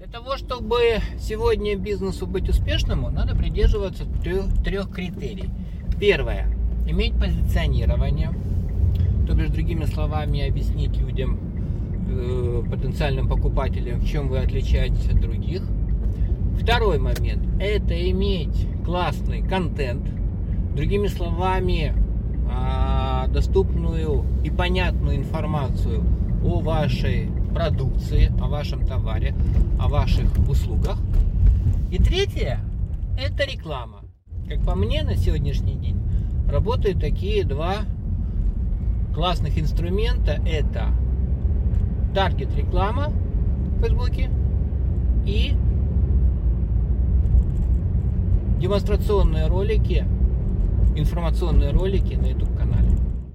того, чтобы сегодня бизнесу быть успешным, надо придерживаться трех критерий. Первое. Иметь позиционирование. То бишь, другими словами, объяснить людям, потенциальным покупателям, в чем вы отличаетесь от других. Второй момент. Это иметь классный контент. Другими словами, доступную и понятную информацию о вашей продукции, о вашем товаре, о ваших услугах. И третье – это реклама. Как по мне, на сегодняшний день работают такие два классных инструмента. Это таргет-реклама в Фейсбуке и демонстрационные ролики, информационные ролики на YouTube-канале.